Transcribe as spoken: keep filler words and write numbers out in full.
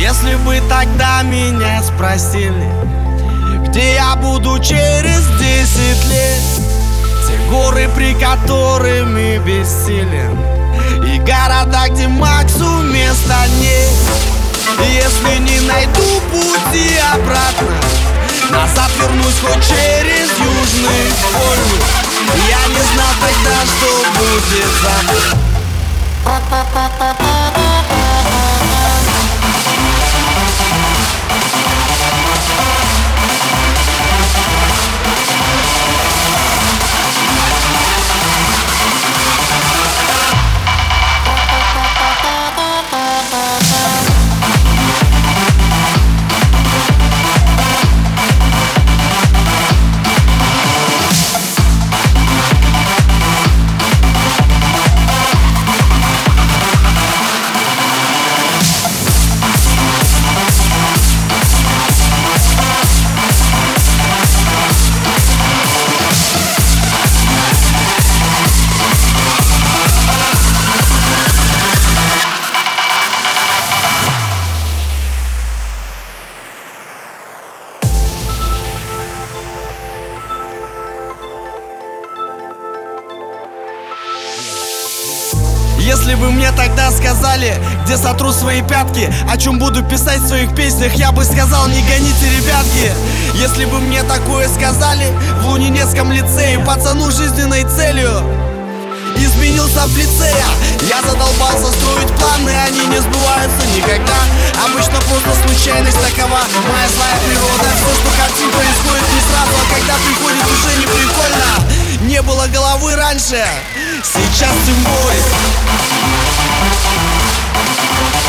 Если бы тогда меня спросили, где я буду через десять лет, те горы, при которыми бессилен, и города, где Максу места нет. Если не найду пути обратно, назад вернусь хоть через Южный полюс. Я не знал тогда, что будет завтра. Если бы мне тогда сказали, где сотру свои пятки, о чем буду писать в своих песнях, я бы сказал: не гоните, ребятки. Если бы мне такое сказали в Лунинецком лицее, пацану жизненной целью изменился в лицея. Я задолбался строить планы, они не сбываются никогда. Обычно просто случайность такова, моя злая природа. Все, что хотим, происходит не сразу, а когда приходит, уже не прикольно. Не было головы раньше, сейчас тем более.